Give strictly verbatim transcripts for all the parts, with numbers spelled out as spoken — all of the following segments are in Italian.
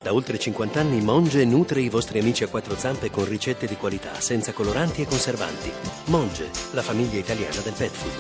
Da oltre cinquanta anni Monge nutre i vostri amici a quattro zampe con ricette di qualità, senza coloranti e conservanti. Monge, la famiglia italiana del pet food.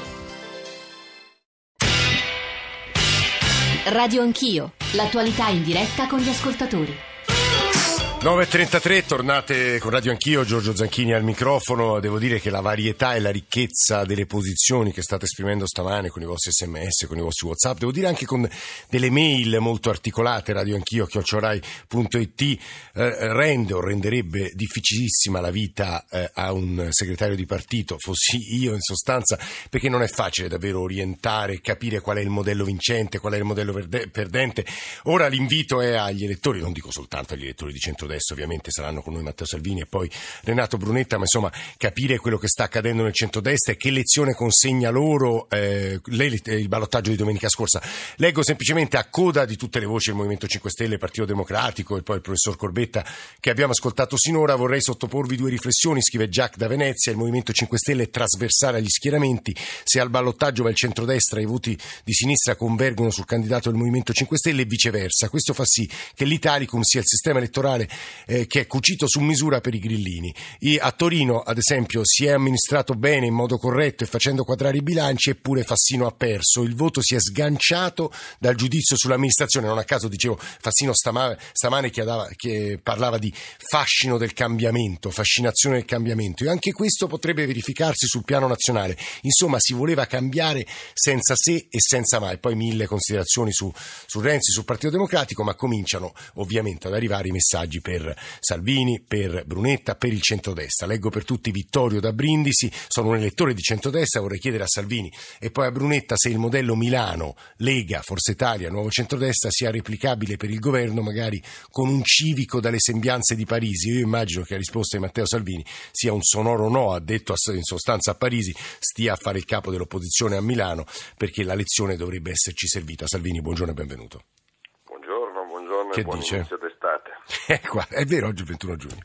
Radio Anch'io, l'attualità in diretta con gli ascoltatori. nove e trentatré, tornate con Radio Anch'io, Giorgio Zanchini al microfono. Devo dire che la varietà e la ricchezza delle posizioni che state esprimendo stamane con i vostri sms, con i vostri WhatsApp, devo dire anche con delle mail molto articolate, radioanchio chiocciola rai punto it, eh, rende o renderebbe difficilissima la vita eh, a un segretario di partito, fossi io in sostanza, perché non è facile davvero orientare, capire qual è il modello vincente, qual è il modello perde- perdente. Ora l'invito è agli elettori, non dico soltanto agli elettori di centrodestra, adesso ovviamente saranno con noi Matteo Salvini e poi Renato Brunetta, ma insomma capire quello che sta accadendo nel centrodestra e che lezione consegna loro eh, il ballottaggio di domenica scorsa. Leggo semplicemente a coda di tutte le voci del Movimento cinque Stelle, Partito Democratico e poi il professor Corbetta che abbiamo ascoltato sinora. Vorrei sottoporvi due riflessioni, scrive Jack da Venezia. Il Movimento cinque Stelle è trasversale agli schieramenti. Se al ballottaggio va il centrodestra e i voti di sinistra convergono sul candidato del Movimento cinque Stelle e viceversa. Questo fa sì che l'Italicum sia il sistema elettorale Eh, che è cucito su misura per i grillini. I, a Torino, ad esempio, si è amministrato bene in modo corretto e facendo quadrare i bilanci, eppure Fassino ha perso. Il voto si è sganciato dal giudizio sull'amministrazione. Non a caso dicevo, Fassino stama, stamane chiedava, che parlava di fascino del cambiamento, fascinazione del cambiamento, e anche questo potrebbe verificarsi sul piano nazionale. Insomma, si voleva cambiare senza se e senza mai. Poi mille considerazioni su, su Renzi, sul Partito Democratico, ma cominciano ovviamente ad arrivare i messaggi per Salvini, per Brunetta, per il centrodestra. Leggo per tutti Vittorio da Brindisi: sono un elettore di centrodestra, vorrei chiedere a Salvini e poi a Brunetta se il modello Milano, Lega, Forza Italia, Nuovo Centrodestra sia replicabile per il governo, magari con un civico dalle sembianze di Parisi. Io immagino che la risposta di Matteo Salvini sia un sonoro no, ha detto in sostanza a Parisi, stia a fare il capo dell'opposizione a Milano, perché la lezione dovrebbe esserci servita. Salvini, buongiorno e benvenuto. Buongiorno, buongiorno che e buon dice? Inizio d'estate. Eh, qua, è vero, oggi è il ventuno giugno.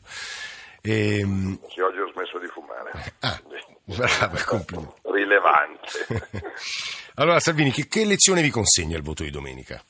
Ehm... Sì, oggi ho smesso di fumare. Ah, bravo, complimenti. Rilevante. Allora, Salvini, che, che lezione vi consegna il voto di domenica?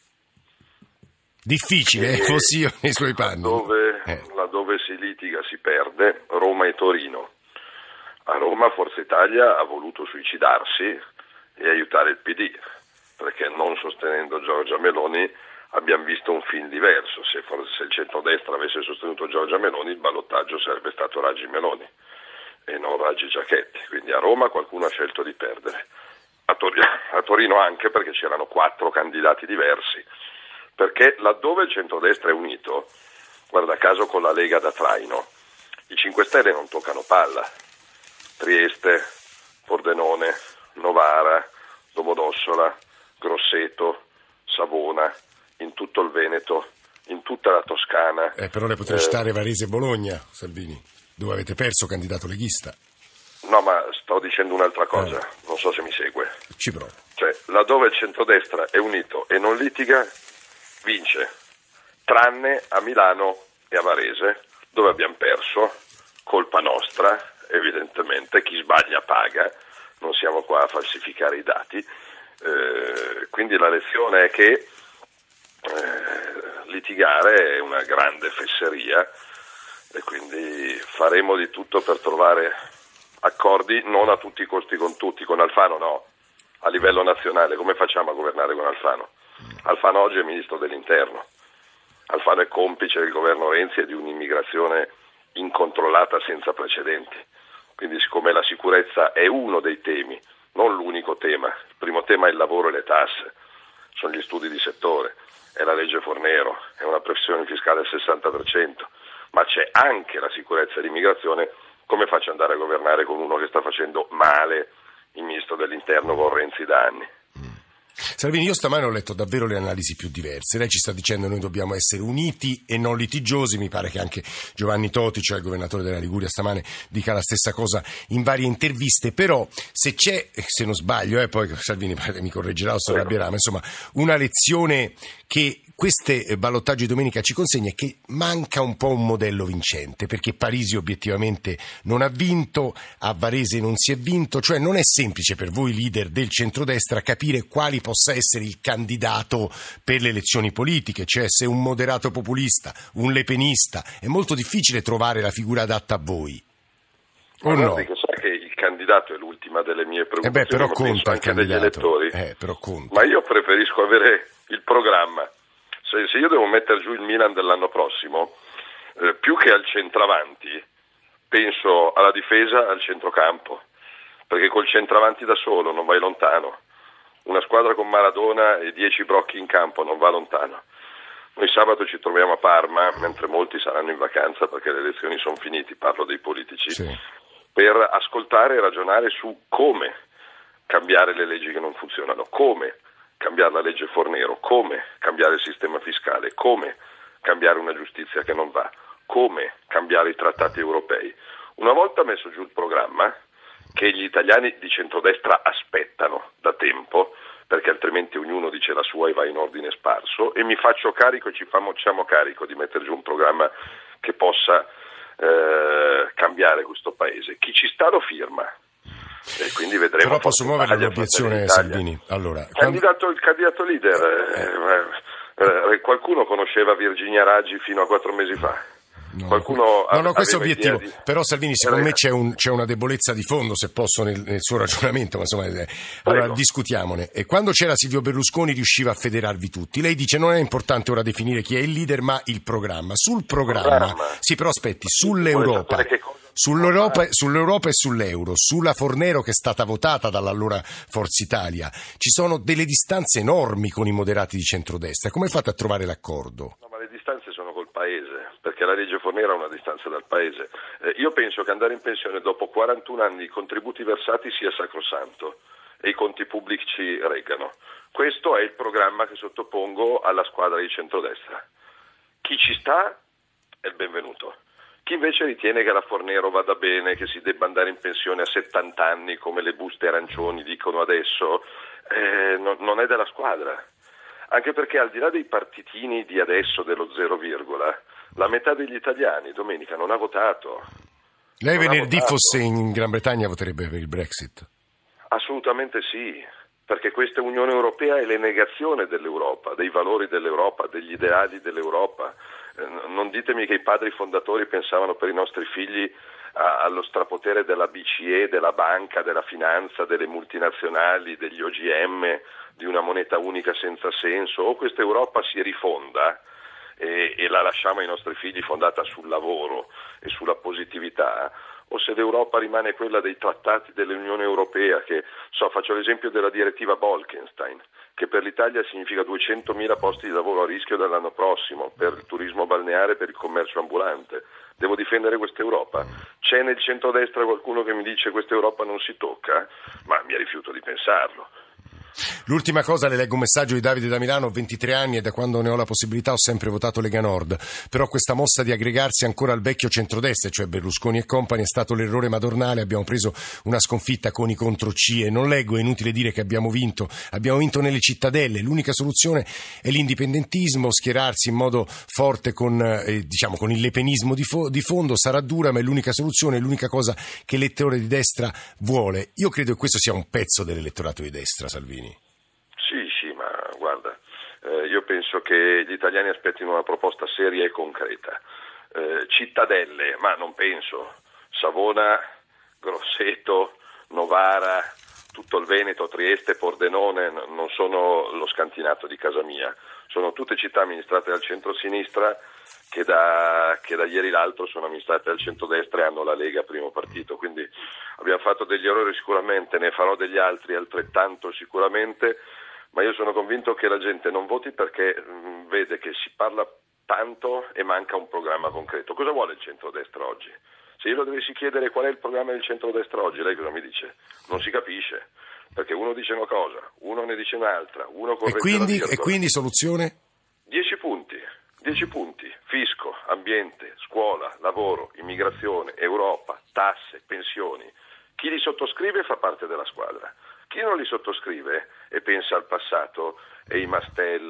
Difficile, eh, fossi io nei suoi panni. Laddove, eh. laddove si litiga si perde, Roma e Torino. A Roma Forza Italia ha voluto suicidarsi e aiutare il P D, perché non sostenendo Giorgia Meloni abbiamo visto un film diverso. Se, forse, se il centrodestra avesse sostenuto Giorgia Meloni, il ballottaggio sarebbe stato Raggi Meloni e non Raggi Giachetti. Quindi a Roma qualcuno ha scelto di perdere, a Torino, a Torino anche perché c'erano quattro candidati diversi, perché laddove il centrodestra è unito, guarda caso con la Lega da traino, i cinque Stelle non toccano palla. Trieste, Pordenone, Novara, Domodossola, Grosseto, Savona, in tutto il Veneto, in tutta la Toscana. Eh, però le potrei eh, citare Varese e Bologna, Salvini, dove avete perso candidato leghista. No, ma sto dicendo un'altra cosa, eh. non so se mi segue. Ci provo. Cioè, laddove il centrodestra è unito e non litiga, vince, tranne a Milano e a Varese, dove abbiamo perso, colpa nostra, evidentemente, chi sbaglia paga, non siamo qua a falsificare i dati, eh, quindi la lezione è che Eh, litigare è una grande fesseria e quindi faremo di tutto per trovare accordi, non a tutti i costi con tutti. Con Alfano no, a livello nazionale come facciamo a governare con Alfano? Alfano oggi è ministro dell'interno, Alfano è complice del governo Renzi e di un'immigrazione incontrollata senza precedenti, quindi siccome la sicurezza è uno dei temi, non l'unico tema, il primo tema è il lavoro e le tasse, sono gli studi di settore, è la legge Fornero, è una pressione fiscale del sessanta per cento, ma c'è anche la sicurezza e l'immigrazione. Come faccio ad andare a governare con uno che sta facendo male il ministro dell'interno con Renzi da anni? Salvini, io stamane ho letto davvero le analisi più diverse. Lei ci sta dicendo che noi dobbiamo essere uniti e non litigiosi. Mi pare che anche Giovanni Toti, cioè il governatore della Liguria, stamane dica la stessa cosa in varie interviste. Però se c'è, se non sbaglio, eh, poi Salvini mi correggerà o si arrabbierà, ma insomma una lezione che queste eh, ballottaggi domenica ci consegna è che manca un po' un modello vincente, perché Parisi obiettivamente non ha vinto, a Varese non si è vinto, cioè non è semplice per voi leader del centrodestra capire quali possa essere il candidato per le elezioni politiche, cioè se un moderato populista, un lepenista, è molto difficile trovare la figura adatta a voi. O no? Che sa che il candidato è l'ultima delle mie preoccupazioni, eh beh, però ma conta penso anche il degli elettori. Eh, però conta. Ma io preferisco avere il programma. Se, se io devo mettere giù il Milan dell'anno prossimo, eh, più che al centravanti, penso alla difesa, al centrocampo, perché col centravanti da solo non vai lontano. Una squadra con Maradona e dieci brocchi in campo non va lontano. Noi sabato ci troviamo a Parma, mentre molti saranno in vacanza perché le elezioni sono finite, parlo dei politici, sì, per ascoltare e ragionare su come cambiare le leggi che non funzionano, come cambiare la legge Fornero, come cambiare il sistema fiscale, come cambiare una giustizia che non va, come cambiare i trattati europei. Una volta messo giù il programma, che gli italiani di centrodestra aspettano da tempo, perché altrimenti ognuno dice la sua e va in ordine sparso, e mi faccio carico e ci facciamo carico di mettere giù un programma che possa eh, cambiare questo paese. Chi ci sta lo firma. E quindi vedremo. Però posso muovere un'obiezione, Salvini. Allora, candidato, quando... il candidato leader, eh, eh, eh, qualcuno conosceva Virginia Raggi fino a quattro mesi fa. No, Qualcuno no, no, questo è obiettivo. Di... Però Salvini, secondo me c'è, un, c'è una debolezza di fondo, se posso, nel, nel suo ragionamento. Ma insomma, eh. Allora Prego. discutiamone. E quando c'era Silvio Berlusconi riusciva a federarvi tutti. Lei dice non è importante ora definire chi è il leader, ma il programma. Sul programma, programma. Sì, però aspetti, sull'Europa. Sull'Europa, sull'Europa e sull'euro, sulla Fornero che è stata votata dall'allora Forza Italia, ci sono delle distanze enormi con i moderati di centrodestra. Come fate a trovare l'accordo? No, ma le distanze sono col Paese, perché la legge Fornero ha una distanza dal Paese. Eh, io penso che andare in pensione dopo quarantuno anni di contributi versati sia sacrosanto e i conti pubblici reggano. Questo è il programma che sottopongo alla squadra di centrodestra. Chi ci sta è il benvenuto. Chi invece ritiene che la Fornero vada bene, che si debba andare in pensione a settanta anni, come le buste arancioni dicono adesso, eh, no, non è della squadra. Anche perché al di là dei partitini di adesso, dello zero virgola, la metà degli italiani domenica non ha votato. Lei non venerdì fosse in Gran Bretagna voterebbe per il Brexit? Assolutamente sì, perché questa Unione Europea è la negazione dell'Europa, dei valori dell'Europa, degli ideali dell'Europa. Non ditemi che i padri fondatori pensavano per i nostri figli a, allo strapotere della B C E, della banca, della finanza, delle multinazionali, degli O G M, di una moneta unica senza senso. O questa Europa si rifonda e, e la lasciamo ai nostri figli fondata sul lavoro e sulla positività, o se l'Europa rimane quella dei trattati dell'Unione Europea, che so, faccio l'esempio della direttiva Bolkestein, che per l'Italia significa duecentomila posti di lavoro a rischio dall'anno prossimo per il turismo balneare e per il commercio ambulante. Devo difendere questa Europa. C'è nel centrodestra qualcuno che mi dice questa Europa non si tocca? Ma mi rifiuto di pensarlo. L'ultima cosa, le leggo un messaggio di Davide da Milano. Ho ventitré anni e da quando ne ho la possibilità ho sempre votato Lega Nord, però questa mossa di aggregarsi ancora al vecchio centrodestra, cioè Berlusconi e compagni, è stato l'errore madornale. Abbiamo preso una sconfitta con i contro C E. Non leggo, è inutile dire che abbiamo vinto, abbiamo vinto nelle cittadelle. L'unica soluzione è l'indipendentismo, schierarsi in modo forte con, eh, diciamo, con il lepenismo di, fo- di fondo. Sarà dura, ma è l'unica soluzione, è l'unica cosa che l'elettore di destra vuole. Io credo che questo sia un pezzo dell'elettorato di destra, Salvini. Sì, sì, ma guarda, eh, io penso che gli italiani aspettino una proposta seria e concreta. Eh, cittadelle, ma non penso. Savona, Grosseto, Novara, tutto il Veneto, Trieste, Pordenone non sono lo scantinato di casa mia. Sono tutte città amministrate dal centro-sinistra che da, che da ieri l'altro sono amministrate dal centrodestra e hanno la Lega primo partito. Quindi abbiamo fatto degli errori sicuramente, ne farò degli altri altrettanto sicuramente, ma io sono convinto che la gente non voti perché mh, vede che si parla tanto e manca un programma concreto. Cosa vuole il centrodestra oggi? Se io lo dovessi chiedere qual è il programma del centrodestra oggi, lei cosa mi dice? Non si capisce, perché uno dice una cosa, uno ne dice un'altra, uno corregge e quindi, la virgola. E quindi soluzione? Dieci punti, dieci punti, fisco, ambiente, scuola, lavoro, immigrazione, Europa, tasse, pensioni. Chi li sottoscrive fa parte della squadra. Chi non li sottoscrive e pensa al passato è i Mastella,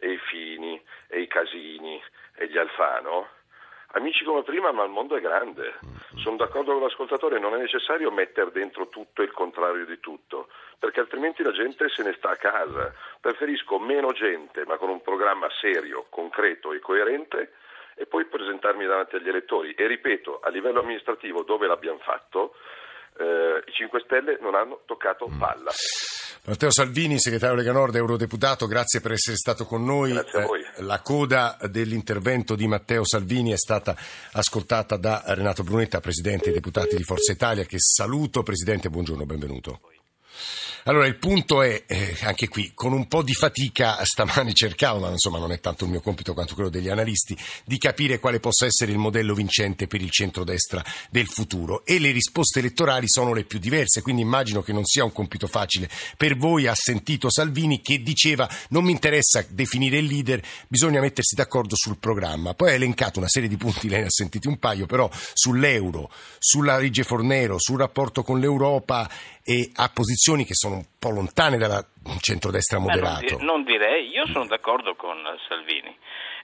e i Fini e i Casini e gli Alfano, amici come prima, ma il mondo è grande. Sono d'accordo con l'ascoltatore, non è necessario mettere dentro tutto e il contrario di tutto, perché altrimenti la gente se ne sta a casa. Preferisco meno gente, ma con un programma serio, concreto e coerente, e poi presentarmi davanti agli elettori. E ripeto, a livello amministrativo, dove l'abbiamo fatto, eh, i cinque Stelle non hanno toccato palla. Matteo Salvini, segretario Lega Nord, eurodeputato, grazie per essere stato con noi. Grazie a voi. Eh, la coda dell'intervento di Matteo Salvini è stata ascoltata da Renato Brunetta, presidente dei deputati di Forza Italia, che saluto. Presidente, buongiorno, benvenuto. Allora, il punto è, eh, anche qui, con un po' di fatica stamani cercavo, ma insomma non è tanto il mio compito quanto quello degli analisti, di capire quale possa essere il modello vincente per il centrodestra del futuro. E le risposte elettorali sono le più diverse, quindi immagino che non sia un compito facile per voi. Ha sentito Salvini che diceva non mi interessa definire il leader, bisogna mettersi d'accordo sul programma. Poi ha elencato una serie di punti, lei ne ha sentiti un paio, però sull'euro, sulla legge Fornero, sul rapporto con l'Europa, e ha posizioni che sono un po' lontane dal centrodestra moderato. Non, non direi, io sono d'accordo con Salvini.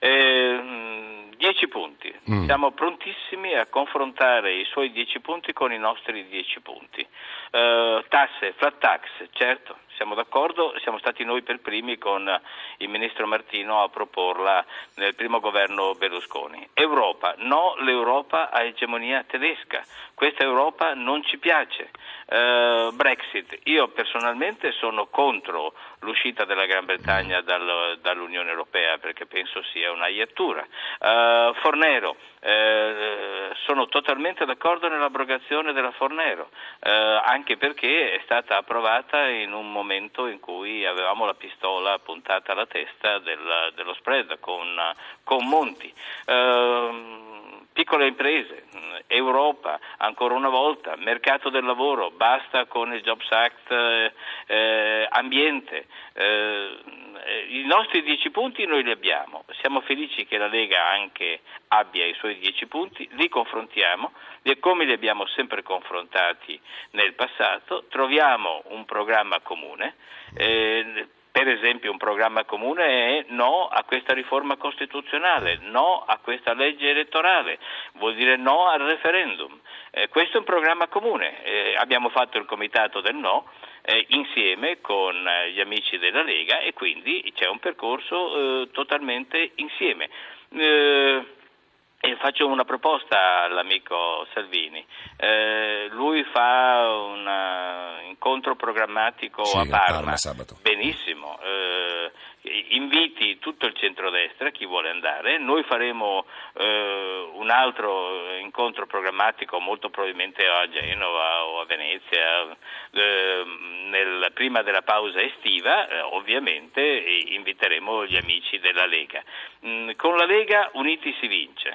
Eh, dieci punti, mm. siamo prontissimi a confrontare i suoi dieci punti con i nostri dieci punti. Eh, tasse, flat tax, certo, siamo d'accordo, siamo stati noi per primi con il ministro Martino a proporla nel primo governo Berlusconi. Europa, no, l'Europa ha egemonia tedesca, questa Europa non ci piace. Uh, Brexit, io personalmente sono contro l'uscita della Gran Bretagna dal, dall'Unione Europea perché penso sia una iattura. Uh, Fornero, uh, sono totalmente d'accordo nell'abrogazione della Fornero, uh, anche perché è stata approvata in un momento in cui avevamo la pistola puntata alla testa del, dello spread con, con Monti. Uh, Piccole imprese, Europa, ancora una volta, mercato del lavoro, basta con il Jobs Act, eh, eh, ambiente. Eh, I nostri dieci punti noi li abbiamo, siamo felici che la Lega anche abbia i suoi dieci punti, li confrontiamo, come li abbiamo sempre confrontati nel passato, troviamo un programma comune. Eh, Per esempio un programma comune è no a questa riforma costituzionale, no a questa legge elettorale, vuol dire no al referendum. Eh, questo è un programma comune, eh, abbiamo fatto il comitato del no eh, insieme con eh, gli amici della Lega e quindi c'è un percorso eh, totalmente insieme. Eh, E faccio una proposta all'amico Salvini, eh, lui fa un uh, incontro programmatico sì, a Parma, a Parma sabato. Benissimo, eh, inviti tutto il centrodestra, chi vuole andare, noi faremo eh, un altro incontro programmatico molto probabilmente a Genova o a Venezia, eh, nel, prima della pausa estiva, eh, ovviamente inviteremo gli amici della Lega. Mm, con la Lega uniti si vince.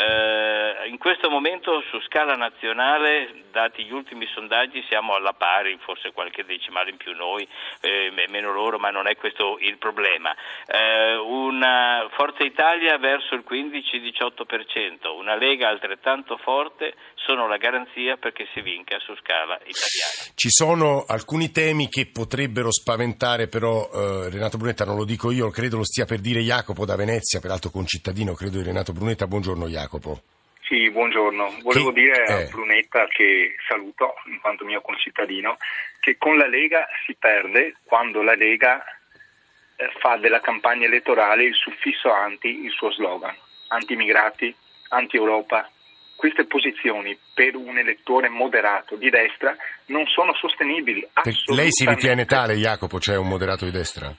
Uh, in questo momento su scala nazionale, dati gli ultimi sondaggi, siamo alla pari, forse qualche decimale in più noi, eh, meno loro, ma non è questo il problema. Uh, una Forza Italia verso il quindici diciotto per cento, una Lega altrettanto forte sono la garanzia perché si vinca su scala italiana. Ci sono alcuni temi che potrebbero spaventare, però eh, Renato Brunetta, non lo dico io, credo lo stia per dire Jacopo da Venezia, peraltro concittadino credo di Renato Brunetta. Buongiorno Jacopo. Sì, buongiorno. Volevo che, dire eh. a Brunetta, che saluto in quanto mio concittadino, che con la Lega si perde quando la Lega eh, fa della campagna elettorale il suffisso anti, il suo slogan, anti-immigrati, anti-Europa. Queste posizioni per un elettore moderato di destra non sono sostenibili. Lei si ritiene tale, Jacopo, cioè un moderato di destra?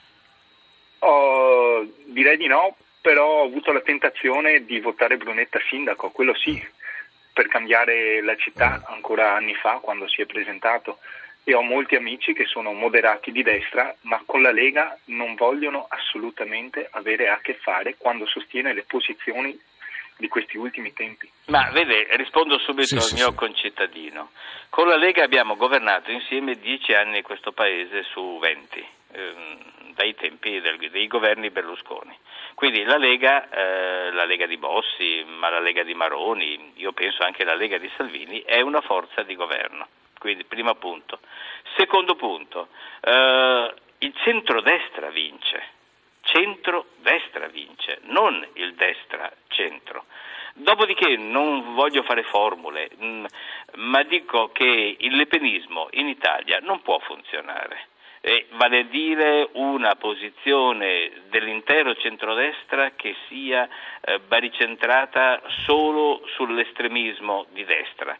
Oh, direi di no, però ho avuto la tentazione di votare Brunetta sindaco, quello sì, per cambiare la città ancora anni fa quando si è presentato. E ho molti amici che sono moderati di destra, ma con la Lega non vogliono assolutamente avere a che fare quando sostiene le posizioni di questi ultimi tempi. Ma vede, rispondo subito sì, al sì, mio sì. concittadino. Con la Lega abbiamo governato insieme dieci anni questo paese su venti, ehm, dai tempi del, dei governi Berlusconi. Quindi la Lega, eh, la Lega di Bossi, ma la Lega di Maroni, io penso anche la Lega di Salvini, è una forza di governo. Quindi primo punto. Secondo punto, eh, il centrodestra vince. centro-destra vince, non il destra-centro. Dopodiché non voglio fare formule, mh, ma dico che il lepenismo in Italia non può funzionare. Eh, vale a dire una posizione dell'intero centrodestra che sia eh, baricentrata solo sull'estremismo di destra.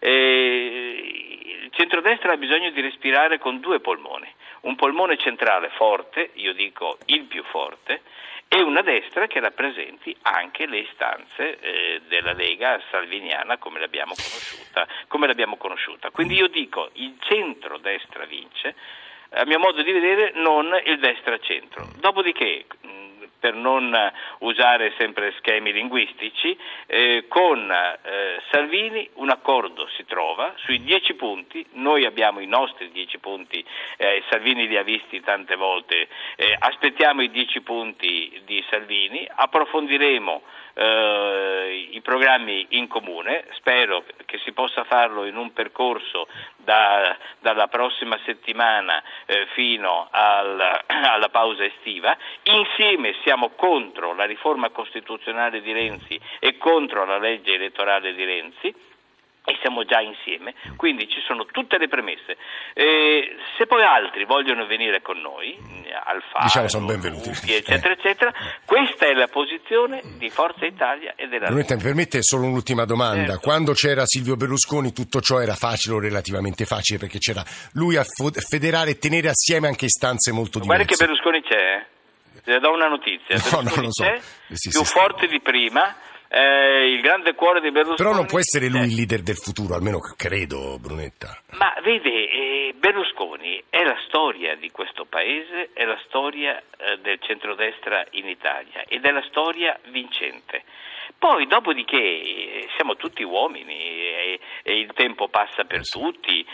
Eh, il centrodestra ha bisogno di respirare con due polmoni, un polmone centrale forte, io dico il più forte, e una destra che rappresenti anche le istanze eh, della Lega salviniana come l'abbiamo conosciuta, come l'abbiamo conosciuta. Quindi io dico il centro-destra vince, a mio modo di vedere non il destra-centro. Dopodiché, per non usare sempre schemi linguistici, eh, con eh, Salvini un accordo si trova sui dieci punti, noi abbiamo i nostri dieci punti, eh, Salvini li ha visti tante volte, eh, aspettiamo i dieci punti di Salvini, approfondiremo eh, i programmi in comune, spero che si possa farlo in un percorso da, dalla prossima settimana eh, fino al, alla pausa estiva. Insieme siamo contro la riforma costituzionale di Renzi e contro la legge elettorale di Renzi e siamo già insieme, quindi ci sono tutte le premesse. Eh, se poi altri vogliono venire con noi, Alfano, diciamo sono benvenuti, Uffi, eccetera, eccetera, questa è la posizione di Forza Italia e della Brunetta, mi permette solo un'ultima domanda. Certo. Quando c'era Silvio Berlusconi tutto ciò era facile o relativamente facile, perché c'era lui a federare e tenere assieme anche istanze molto diverse. Guarda che Berlusconi c'è, le do una notizia, no, Berlusconi non lo so. c'è, Eh sì, più sì, forte di prima. Eh, il grande cuore di Berlusconi. Però non può essere lui eh. il leader del futuro, almeno credo, Brunetta. Ma vede, eh, Berlusconi è la storia di questo paese, è la storia eh, del centrodestra in Italia ed è la storia vincente. Poi, dopodiché, eh, siamo tutti uomini e, e il tempo passa per eh sì. tutti,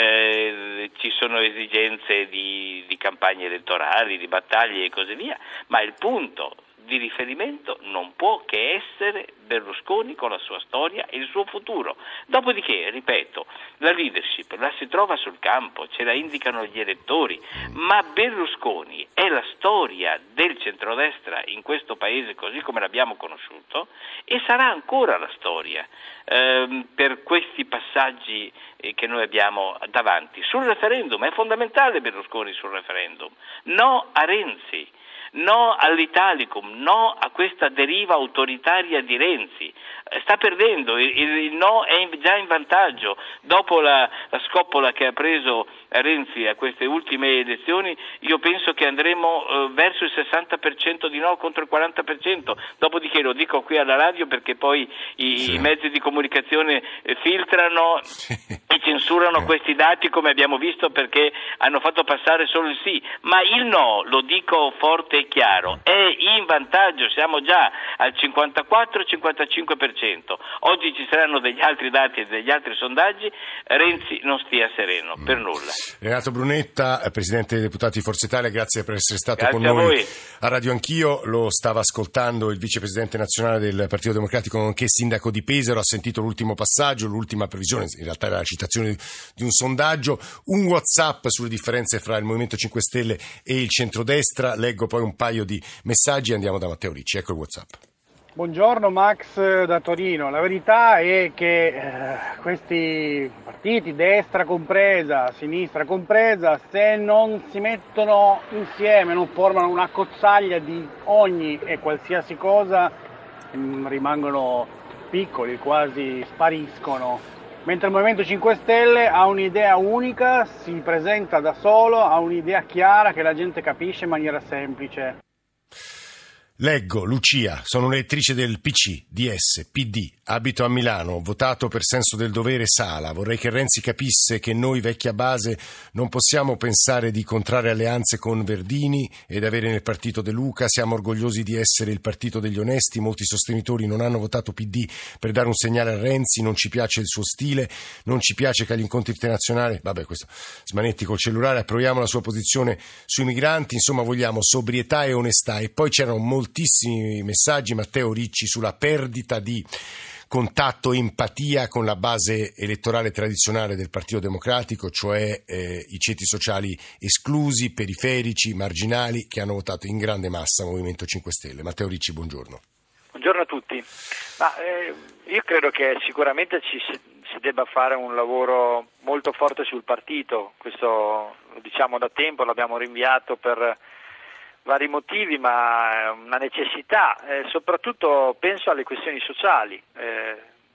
eh, ci sono esigenze di, di campagne elettorali, di battaglie e così via, ma il punto di riferimento non può che essere Berlusconi con la sua storia e il suo futuro. Dopodiché, ripeto, la leadership la si trova sul campo, ce la indicano gli elettori, ma Berlusconi è la storia del centrodestra in questo paese così come l'abbiamo conosciuto e sarà ancora la storia ehm, per questi passaggi eh, che noi abbiamo davanti. Sul referendum è fondamentale Berlusconi sul referendum, no a Renzi. No all'Italicum, no a questa deriva autoritaria di Renzi. Sta perdendo, il, il no è in, già in vantaggio. Dopo la, la scoppola che ha preso Renzi a queste ultime elezioni, io penso che andremo eh, verso il sessanta per cento di no contro il quaranta per cento. Dopodiché lo dico qui alla radio perché poi i, sì. i mezzi di comunicazione eh, filtrano sì. e censurano eh. questi dati, come abbiamo visto, perché hanno fatto passare solo il sì. Ma il no, lo dico forte e chiaro, è in vantaggio, siamo già al cinquantaquattro cinquantacinque per cento. Oggi ci saranno degli altri dati e degli altri sondaggi, Renzi non stia sereno, per nulla. Renato Brunetta, Presidente dei Deputati di Forza Italia, grazie per essere stato grazie con a noi voi. A Radio Anch'io. Lo stava ascoltando il Vicepresidente nazionale del Partito Democratico, nonché Sindaco di Pesaro, ha sentito l'ultimo passaggio, l'ultima previsione, in realtà era la citazione di un sondaggio, un WhatsApp sulle differenze fra il Movimento cinque Stelle e il centrodestra. Leggo poi un paio di messaggi e andiamo da Matteo Ricci. Ecco il WhatsApp. Buongiorno Max da Torino, la verità è che eh, questi partiti, destra compresa, sinistra compresa, se non si mettono insieme, non formano una cozzaglia di ogni e qualsiasi cosa, mh, rimangono piccoli, quasi spariscono. Mentre il Movimento cinque Stelle ha un'idea unica, si presenta da solo, ha un'idea chiara che la gente capisce in maniera semplice. Leggo, Lucia, sono un'elettrice del P C, D S, P D, abito a Milano, ho votato per senso del dovere Sala, vorrei che Renzi capisse che noi vecchia base non possiamo pensare di contrarre alleanze con Verdini ed avere nel partito De Luca, siamo orgogliosi di essere il partito degli onesti, molti sostenitori non hanno votato P D per dare un segnale a Renzi, non ci piace il suo stile, non ci piace che agli incontri internazionali, vabbè questo Smanetti col cellulare, approviamo la sua posizione sui migranti, insomma vogliamo sobrietà e onestà. E poi c'erano molti moltissimi messaggi, Matteo Ricci, sulla perdita di contatto, empatia con la base elettorale tradizionale del Partito Democratico, cioè eh, i ceti sociali esclusi, periferici, marginali, che hanno votato in grande massa Movimento cinque Stelle. Matteo Ricci, buongiorno. Buongiorno a tutti. Ma, eh, io credo che sicuramente ci si, si debba fare un lavoro molto forte sul partito, questo lo diciamo da tempo, l'abbiamo rinviato per vari motivi, ma è una necessità, eh, soprattutto penso alle questioni sociali. Eh,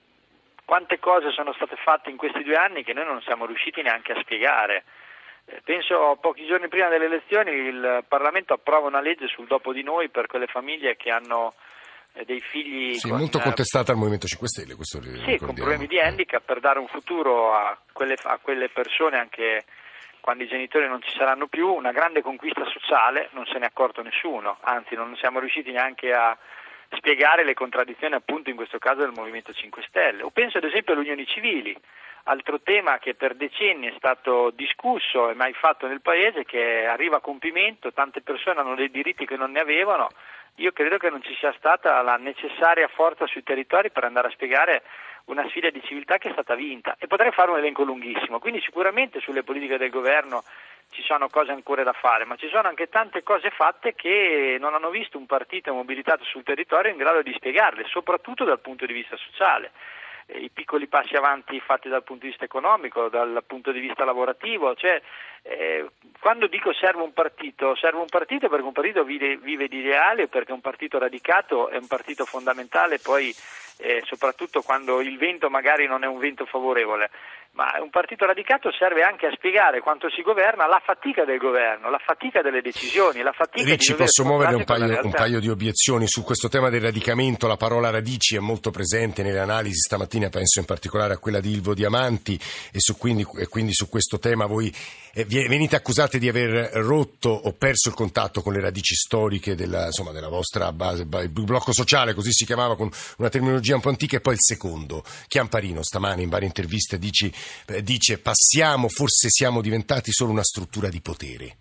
quante cose sono state fatte in questi due anni che noi non siamo riusciti neanche a spiegare. Eh, penso pochi giorni prima delle elezioni il Parlamento approva una legge sul dopo di noi per quelle famiglie che hanno eh, dei figli sì, con, molto contestata al Movimento cinque Stelle, questo sì, con problemi di handicap, per dare un futuro a quelle, a quelle persone anche quando i genitori non ci saranno più. Una grande conquista sociale, non se ne è accorto nessuno, anzi non siamo riusciti neanche a spiegare le contraddizioni appunto in questo caso del Movimento cinque Stelle. O penso ad esempio alle unioni civili, altro tema che per decenni è stato discusso e mai fatto nel Paese, che arriva a compimento, tante persone hanno dei diritti che non ne avevano. Io credo che non ci sia stata la necessaria forza sui territori per andare a spiegare una sfida di civiltà che è stata vinta, e potrei fare un elenco lunghissimo. Quindi sicuramente sulle politiche del governo ci sono cose ancora da fare, ma ci sono anche tante cose fatte che non hanno visto un partito mobilitato sul territorio in grado di spiegarle, soprattutto dal punto di vista sociale. I piccoli passi avanti fatti dal punto di vista economico, dal punto di vista lavorativo, cioè eh, quando dico serve un partito, serve un partito perché un partito vive, vive di ideale, perché un partito radicato è un partito fondamentale, poi eh, soprattutto quando il vento magari non è un vento favorevole. Ma un partito radicato serve anche a spiegare quanto si governa, la fatica del governo, la fatica delle decisioni, la fatica Ricci, di posso muovere un paio, un paio di obiezioni su questo tema del radicamento. La parola radici è molto presente nelle analisi stamattina, penso in particolare a quella di Ilvo Diamanti, e, su quindi, e quindi su questo tema voi eh, venite accusati di aver rotto o perso il contatto con le radici storiche della, insomma, della vostra base, il blocco sociale, così si chiamava con una terminologia un po' antica. E poi il secondo, Chiamparino stamane in varie interviste dici dice passiamo, forse siamo diventati solo una struttura di potere.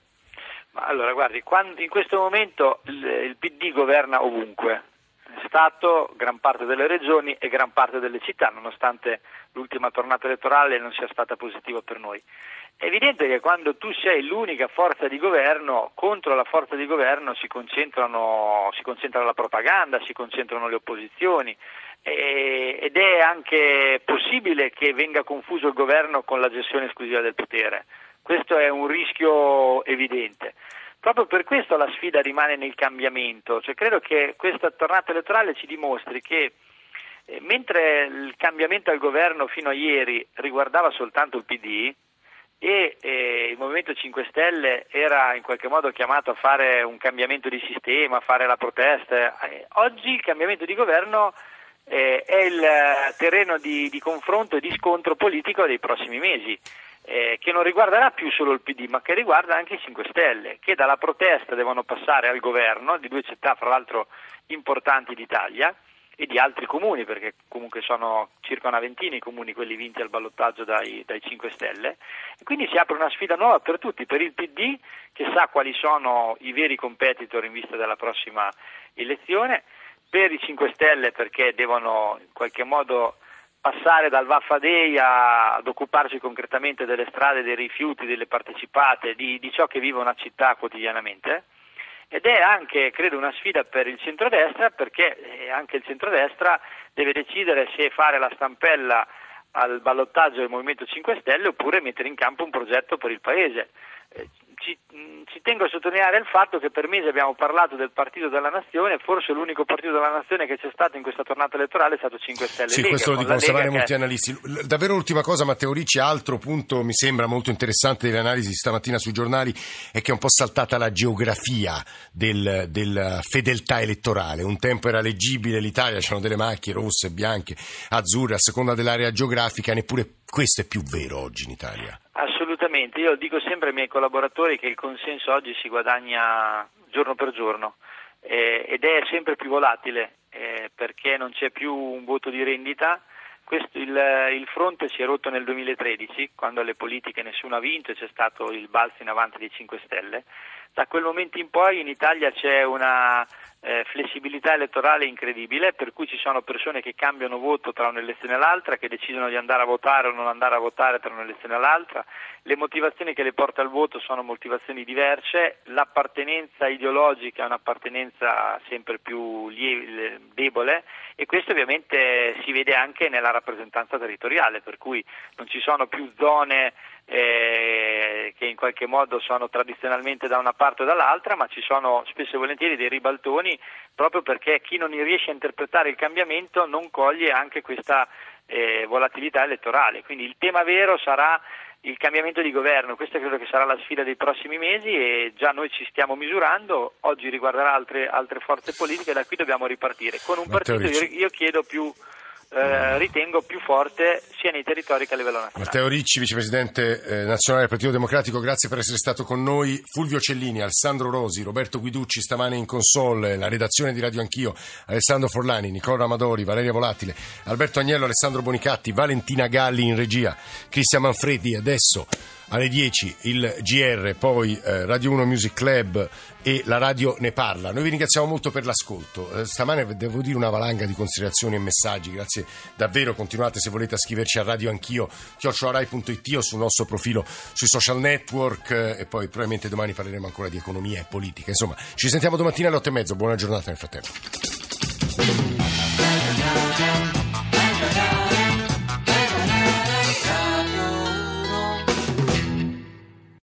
Ma allora guardi, quando, in questo momento il, il P D governa ovunque, Stato, gran parte delle regioni e gran parte delle città, nonostante l'ultima tornata elettorale non sia stata positiva per noi. È evidente che quando tu sei l'unica forza di governo, contro la forza di governo si concentrano, si concentra la propaganda, si concentrano le opposizioni, ed è anche possibile che venga confuso il governo con la gestione esclusiva del potere. Questo è un rischio evidente. Proprio per questo la sfida rimane nel cambiamento, cioè credo che questa tornata elettorale ci dimostri che eh, mentre il cambiamento al governo fino a ieri riguardava soltanto il P D e eh, il Movimento cinque Stelle era in qualche modo chiamato a fare un cambiamento di sistema, a fare la protesta, eh, oggi il cambiamento di governo Eh, è il terreno di, di confronto e di scontro politico dei prossimi mesi, eh, che non riguarderà più solo il P D, ma che riguarda anche i cinque Stelle, che dalla protesta devono passare al governo di due città, fra l'altro importanti d'Italia, e di altri comuni, perché comunque sono circa una ventina i comuni quelli vinti al ballottaggio dai, dai cinque Stelle, e quindi si apre una sfida nuova per tutti, per il P D che sa quali sono i veri competitor in vista della prossima elezione, per i cinque Stelle perché devono in qualche modo passare dal Vaffa Day a, ad occuparsi concretamente delle strade, dei rifiuti, delle partecipate, di, di ciò che vive una città quotidianamente, ed è anche, credo, una sfida per il centrodestra, perché anche il centrodestra deve decidere se fare la stampella al ballottaggio del Movimento cinque Stelle oppure mettere in campo un progetto per il Paese. Ci, ci tengo a sottolineare il fatto che per mesi abbiamo parlato del partito della nazione, forse l'unico partito della nazione che c'è stato in questa tornata elettorale è stato cinque Stelle. Sì, Lega, questo lo dicono stamane molti che... analisti. Davvero l'ultima cosa, Matteo Ricci, altro punto mi sembra molto interessante delle analisi stamattina sui giornali è che è un po' saltata la geografia del, del fedeltà elettorale. Un tempo era leggibile l'Italia, c'erano delle macchie rosse, bianche, azzurre a seconda dell'area geografica, neppure questo è più vero oggi in Italia. Assolutamente, io dico sempre ai miei collaboratori che il consenso oggi si guadagna giorno per giorno eh, ed è sempre più volatile eh, perché non c'è più un voto di rendita. Questo, il, il fronte si è rotto nel duemilatredici, quando alle politiche nessuno ha vinto e c'è stato il balzo in avanti dei cinque Stelle, Da quel momento in poi in Italia c'è una eh, flessibilità elettorale incredibile, per cui ci sono persone che cambiano voto tra un'elezione e l'altra, che decidono di andare a votare o non andare a votare tra un'elezione e l'altra. Le motivazioni che le porta al voto sono motivazioni diverse, l'appartenenza ideologica è un'appartenenza sempre più lie- debole, e questo ovviamente si vede anche nella rappresentanza territoriale, per cui non ci sono più zone eh, che in qualche modo sono tradizionalmente da una parte o dall'altra, ma ci sono spesso e volentieri dei ribaltoni, proprio perché chi non riesce a interpretare il cambiamento non coglie anche questa eh, volatilità elettorale. Quindi il tema vero sarà il cambiamento di governo, questa credo che sarà la sfida dei prossimi mesi, e già noi ci stiamo misurando. Oggi riguarderà altre, altre forze politiche, da qui dobbiamo ripartire con un Matteo partito, io, io chiedo più eh, ritengo più forte sia nei territori che a livello nazionale. Matteo Ricci, vicepresidente eh, nazionale del Partito Democratico, grazie per essere stato con noi. Fulvio Cellini, Alessandro Rosi, Roberto Guiducci stamane in console, la redazione di Radio Anch'io, Alessandro Forlani, Nicola Amadori, Valeria Volatile, Alberto Agnello, Alessandro Bonicatti, Valentina Galli in regia, Cristian Manfredi. Adesso alle dieci il G R, poi eh, Radio uno Music Club e la radio ne parla. Noi vi ringraziamo molto per l'ascolto. Eh, stamane devo dire una valanga di considerazioni e messaggi, grazie davvero. Continuate, se volete, a scriverci a Radio Anch'io chiocciola rai punto it o sul nostro profilo sui social network, eh, e poi probabilmente domani parleremo ancora di economia e politica. Insomma, ci sentiamo domattina alle otto e mezzo. Buona giornata nel frattempo.